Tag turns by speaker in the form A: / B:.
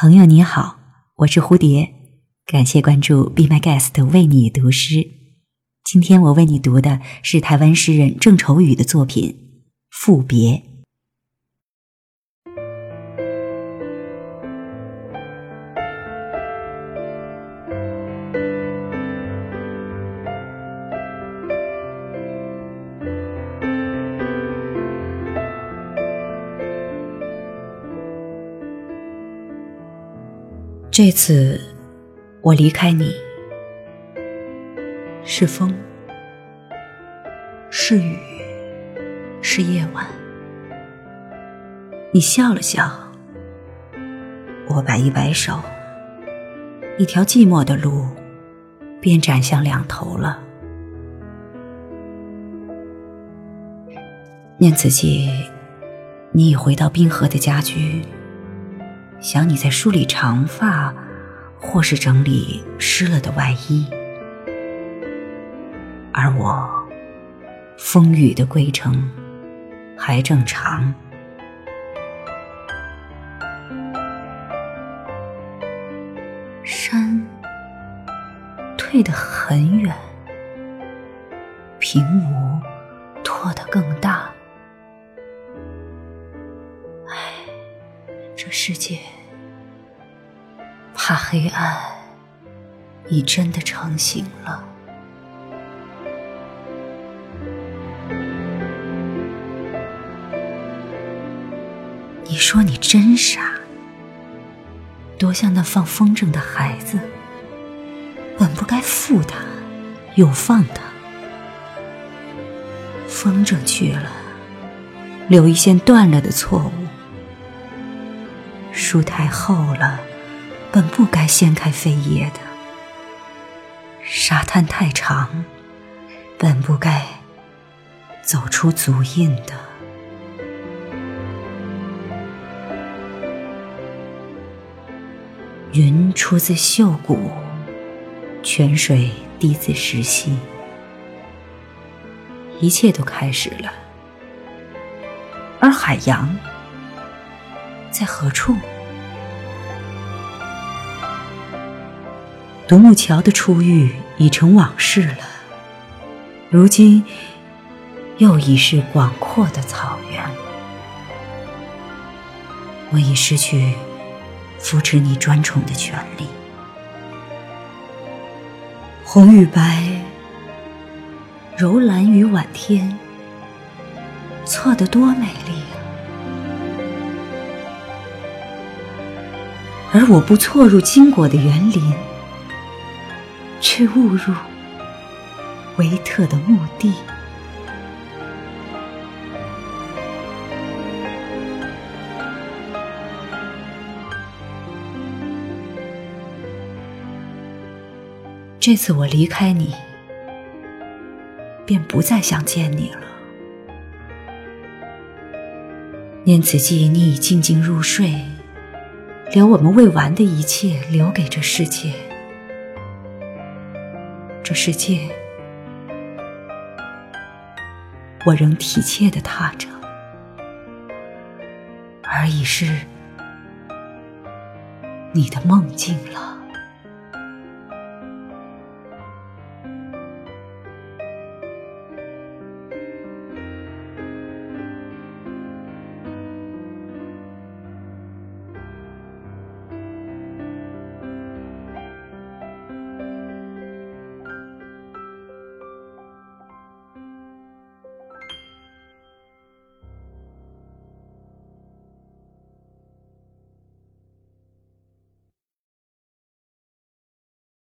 A: 朋友你好，我是蝴蝶，感谢关注 Be My Guest 为你读诗。今天我为你读的是台湾诗人郑愁予的作品《赋别》。这次我离开你，是风，是雨，是夜晚。你笑了笑，我摆一摆手，一条寂寞的路便展向两头了。念此际，你已回到滨河的家居，想你在梳理长发，或是整理湿了的外衣，而我风雨的归程还正长。山退得很远，平芜拓得更大。这世界怕黑暗已真的成型了。你说你真傻，多像那放风筝的孩子，本不该负它又放它，风筝去了，留一线断了的错误。树太厚了，本不该掀开飞叶的；沙滩太长，本不该走出足印的。云出自秀谷，泉水滴自石溪，一切都开始了。而海洋在何处？独木桥的初遇已成往事了，如今又已是广阔的草原。我已失去扶持你专宠的权利。红与白，柔蓝与晚天，错得多美丽啊！而我不错入经果的园林，却误入维特的墓地。这次我离开你，便不再想见你了。念此际，你已静静入睡，留我们未完的一切留给这世界。这世界，我仍体贴地踏着，而已是你的梦境了。